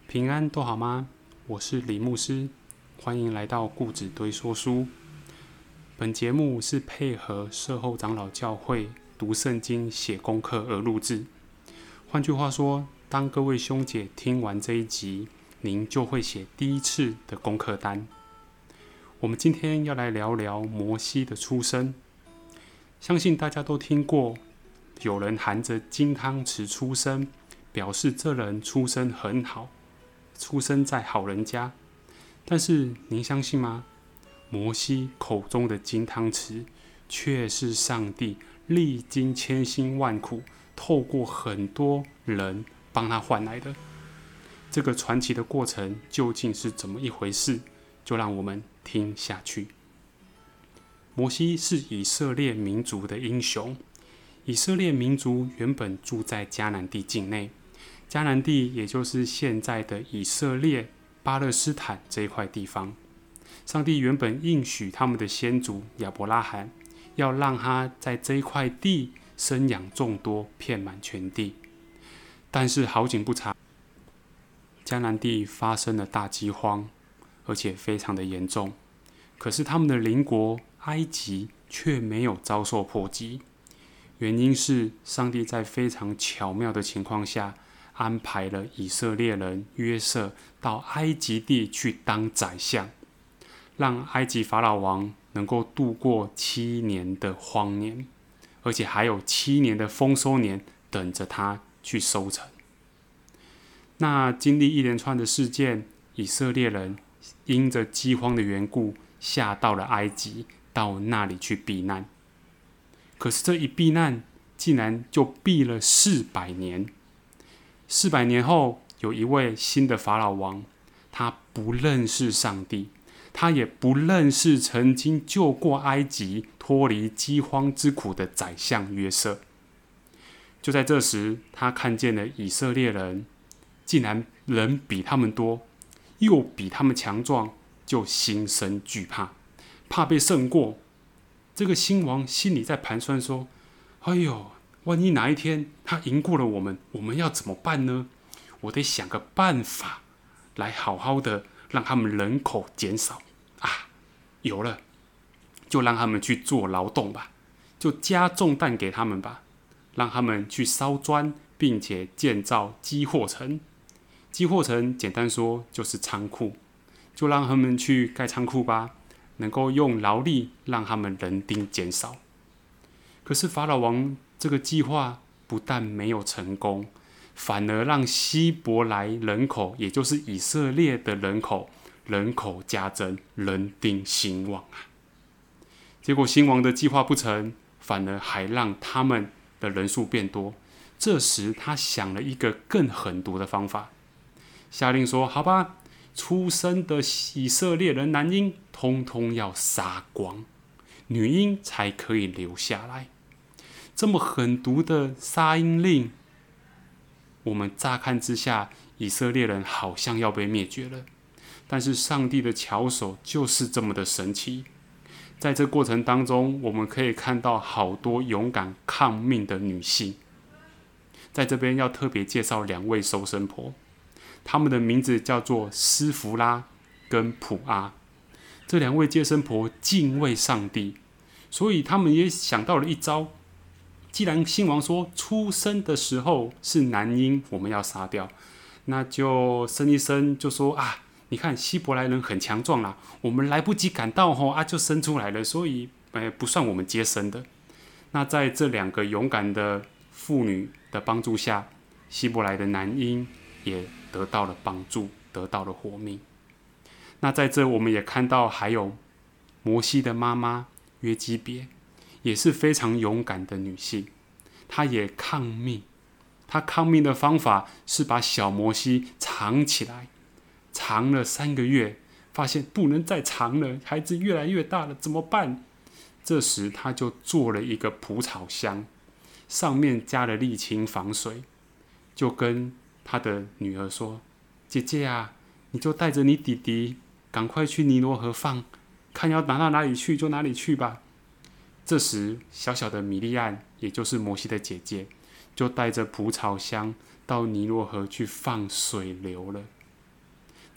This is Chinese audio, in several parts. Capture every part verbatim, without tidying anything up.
平安都好吗？我是李牧师，欢迎来到故纸堆说书。本节目是配合社后长老教会读圣经写功课而录制。换句话说，当各位兄姐听完这一集，您就会写第一次的功课单。我们今天要来聊聊摩西的出生。相信大家都听过，有人含着金汤匙出生，表示这人出生很好，出生在好人家。但是您相信吗？摩西口中的金汤匙，却是上帝历经千辛万苦，透过很多人帮他换来的。这个传奇的过程究竟是怎么一回事？就让我们听下去。摩西是以色列民族的英雄。以色列民族原本住在迦南地境内，迦南地也就是现在的以色列、巴勒斯坦这一块地方。上帝原本应许他们的先祖亚伯拉罕，要让他在这一块地生养众多，遍满全地。但是好景不长，迦南地发生了大饥荒，而且非常的严重。可是他们的邻国埃及却没有遭受波及，原因是上帝在非常巧妙的情况下，安排了以色列人约瑟到埃及地去当宰相，让埃及法老王能够度过七年的荒年，而且还有七年的丰收年等着他去收成。那经历一连串的事件，以色列人因着饥荒的缘故，下到了埃及，到那里去避难。可是这一避难，竟然就避了四百年。四百年后，有一位新的法老王，他不认识上帝，他也不认识曾经救过埃及脱离饥荒之苦的宰相约瑟。就在这时，他看见了以色列人竟然人比他们多，又比他们强壮，就心生惧怕，怕被胜过。这个新王心里在盘算说，哎呦，万一哪一天他赢过了我们，我们要怎么办呢？我得想个办法来好好的让他们人口减少啊！有了，就让他们去做劳动吧，就加重担给他们吧，让他们去烧砖，并且建造积货城。积货城简单说就是仓库，就让他们去盖仓库吧，能够用劳力让他们人丁减少。可是法老王这个计划不但没有成功，反而让希伯来人口，也就是以色列的人口，人口加增，人丁兴旺啊！结果新王的计划不成，反而还让他们的人数变多。这时他想了一个更狠毒的方法，下令说：好吧，出生的以色列人男婴通通要杀光，女婴才可以留下来。这么狠毒的杀婴令，我们乍看之下，以色列人好像要被灭绝了。但是上帝的巧手就是这么的神奇。在这过程当中，我们可以看到好多勇敢抗命的女性。在这边要特别介绍两位收生婆，她们的名字叫做施弗拉跟普阿。这两位接生婆敬畏上帝，所以他们也想到了一招。既然新王说出生的时候是男婴，我们要杀掉，那就生一生就说啊，你看希伯来人很强壮啦，我们来不及赶到吼啊，就生出来了，所以、呃、不算我们接生的。那在这两个勇敢的妇女的帮助下，希伯来的男婴也得到了帮助，得到了活命。那在这我们也看到，还有摩西的妈妈约基别，也是非常勇敢的女性，她也抗命。她抗命的方法是把小摩西藏起来，藏了三个月，发现不能再藏了，孩子越来越大了，怎么办？这时她就做了一个蒲草箱，上面加了沥青防水，就跟她的女儿说：姐姐啊，你就带着你弟弟赶快去尼罗河放，看要拿到哪里去就哪里去吧。这时小小的米利暗，也就是摩西的姐姐，就带着蒲草箱到尼罗河去放水流了。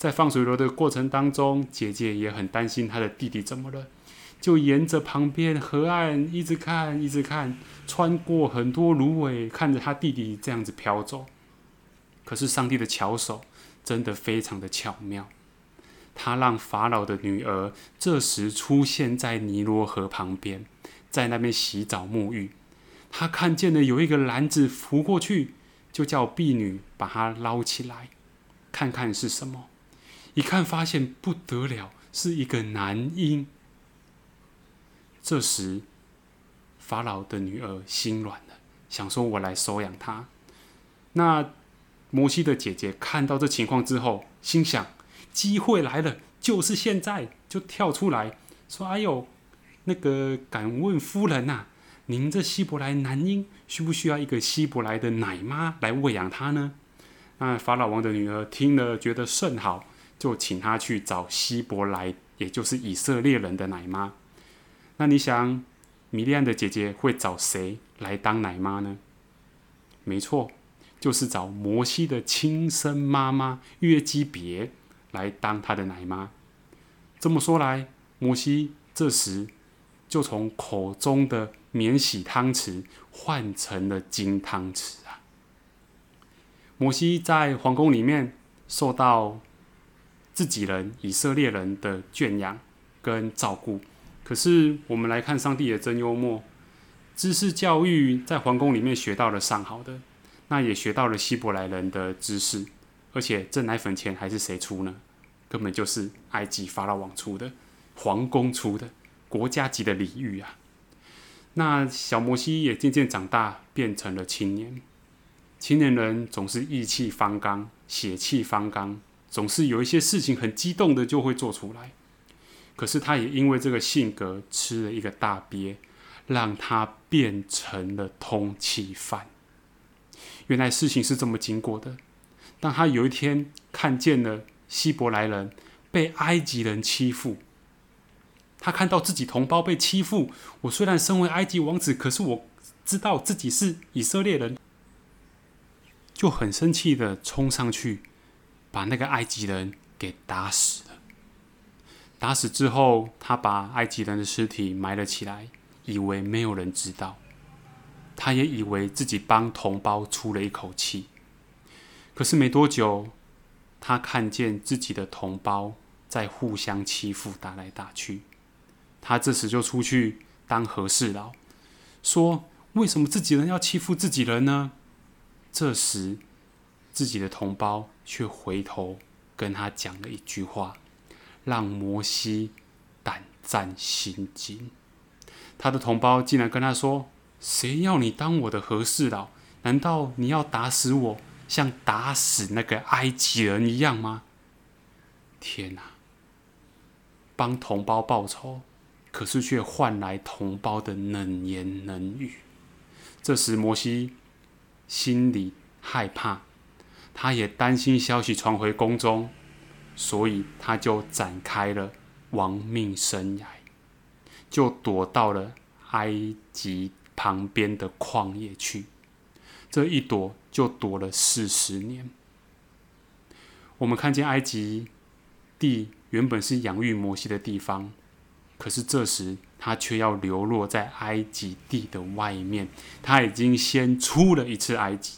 在放水流的过程当中，姐姐也很担心她的弟弟怎么了，就沿着旁边河岸一直看一直看，穿过很多芦苇，看着她弟弟这样子飘走。可是上帝的巧手真的非常的巧妙，他让法老的女儿这时出现在尼罗河旁边，在那边洗澡沐浴。他看见了有一个篮子浮过去，就叫婢女把它捞起来，看看是什么。一看发现不得了，是一个男婴。这时法老的女儿心软了，想说我来收养他。那摩西的姐姐看到这情况之后，心想机会来了，就是现在，就跳出来说：“哎呦，那个敢问夫人啊，您这希伯来男婴需不需要一个希伯来的奶妈来喂养他呢？”那法老王的女儿听了觉得甚好，就请他去找希伯来，也就是以色列人的奶妈。那你想，米利暗的姐姐会找谁来当奶妈呢？没错，就是找摩西的亲生妈妈约基别来当他的奶妈。这么说来，摩西这时就从口中的免洗汤匙换成了金汤匙啊！摩西在皇宫里面受到自己人以色列人的圈养跟照顾，可是我们来看上帝也真幽默，知识教育在皇宫里面学到了上好的，那也学到了希伯来人的知识，而且这奶粉钱还是谁出呢？根本就是埃及法老王出的，皇宫出的，国家级的礼遇啊！那小摩西也渐渐长大，变成了青年。青年人总是意气方刚，血气方刚，总是有一些事情很激动的就会做出来。可是他也因为这个性格吃了一个大鳖，让他变成了通缉犯。原来事情是这么经过的。当他有一天看见了希伯来人被埃及人欺负，他看到自己同胞被欺负，我虽然身为埃及王子，可是我知道自己是以色列人，就很生气的冲上去，把那个埃及人给打死了。打死之后，他把埃及人的尸体埋了起来，以为没有人知道。他也以为自己帮同胞出了一口气。可是没多久，他看见自己的同胞在互相欺负，打来打去。他这时就出去当和事佬，说为什么自己人要欺负自己人呢？这时自己的同胞却回头跟他讲了一句话，让摩西胆战心惊。他的同胞竟然跟他说：谁要你当我的和事佬？难道你要打死我，像打死那个埃及人一样吗？天哪！帮同胞报仇，可是却换来同胞的冷言冷语。这时摩西心里害怕，他也担心消息传回宫中，所以他就展开了亡命生涯，就躲到了埃及旁边的旷野去。这一躲就躲了四十年。我们看见埃及地原本是养育摩西的地方，可是这时他却要流落在埃及地的外面，他已经先出了一次埃及。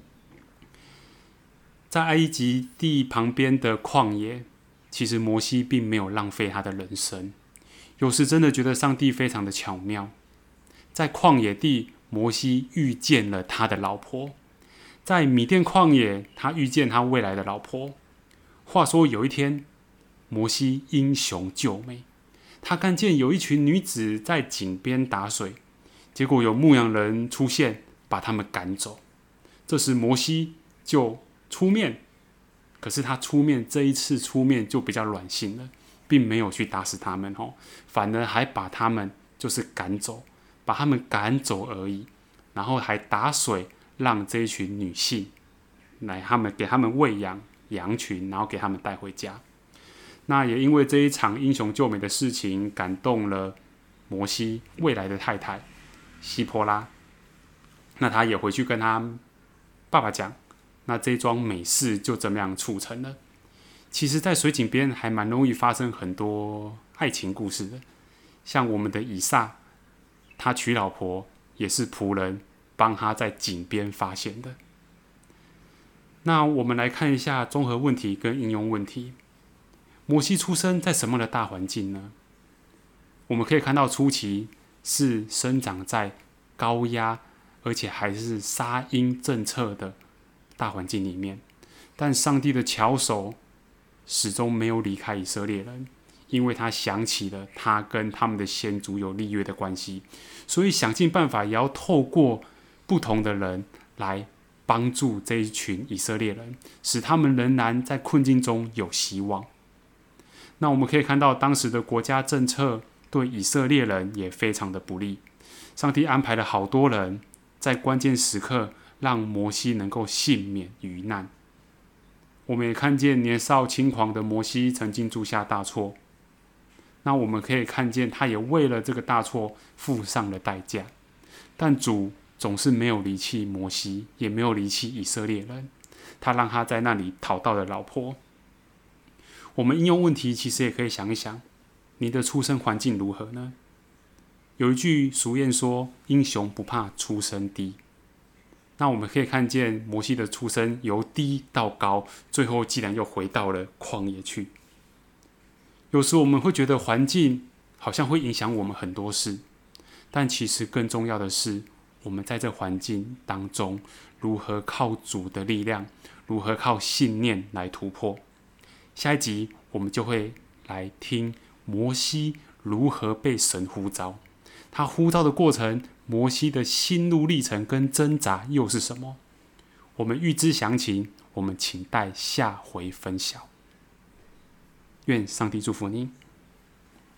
在埃及地旁边的旷野，其实摩西并没有浪费他的人生。有时真的觉得上帝非常的巧妙，在旷野地，摩西遇见了他的老婆；在米甸旷野，他遇见他未来的老婆。话说有一天，摩西英雄救美，他看见有一群女子在井边打水，结果有牧羊人出现，把他们赶走。这时摩西就出面，可是他出面这一次出面就比较软性了，并没有去打死他们，反而还把他们就是赶走，把他们赶走而已，然后还打水让这一群女性来他们给他们喂养羊群，然后给他们带回家。那也因为这一场英雄救美的事情感动了摩西未来的太太西波拉，那他也回去跟他爸爸讲，那这桩美事就这么样促成了。 其实在水井边还蛮容易发生很多爱情故事的，像我们的以撒，他娶老婆也是仆人帮他在井边发现的。那我们来看一下综合问题跟应用问题。摩西出生在什么样的大环境呢？我们可以看到初期是生长在高压而且还是杀婴政策的大环境里面，但上帝的巧手始终没有离开以色列人，因为他想起了他跟他们的先祖有立约的关系，所以想尽办法也要透过不同的人来帮助这一群以色列人，使他们仍然在困境中有希望。那我们可以看到当时的国家政策对以色列人也非常的不利，上帝安排了好多人在关键时刻让摩西能够幸免于难。我们也看见年少轻狂的摩西曾经铸下大错，那我们可以看见他也为了这个大错付上了代价，但主总是没有离弃摩西，也没有离弃以色列人，他让他在那里讨到了老婆。我们应用问题其实也可以想一想，你的出生环境如何呢？有一句俗谚说，英雄不怕出身低。那我们可以看见摩西的出生由低到高，最后竟然又回到了旷野去。有时我们会觉得环境好像会影响我们很多事，但其实更重要的是，我们在这环境当中如何靠主的力量，如何靠信念来突破。下一集我们就会来听摩西如何被神呼召，他呼召的过程，摩西的心路历程跟挣扎又是什么？我们预知详情，我们请待下回分晓。愿上帝祝福你。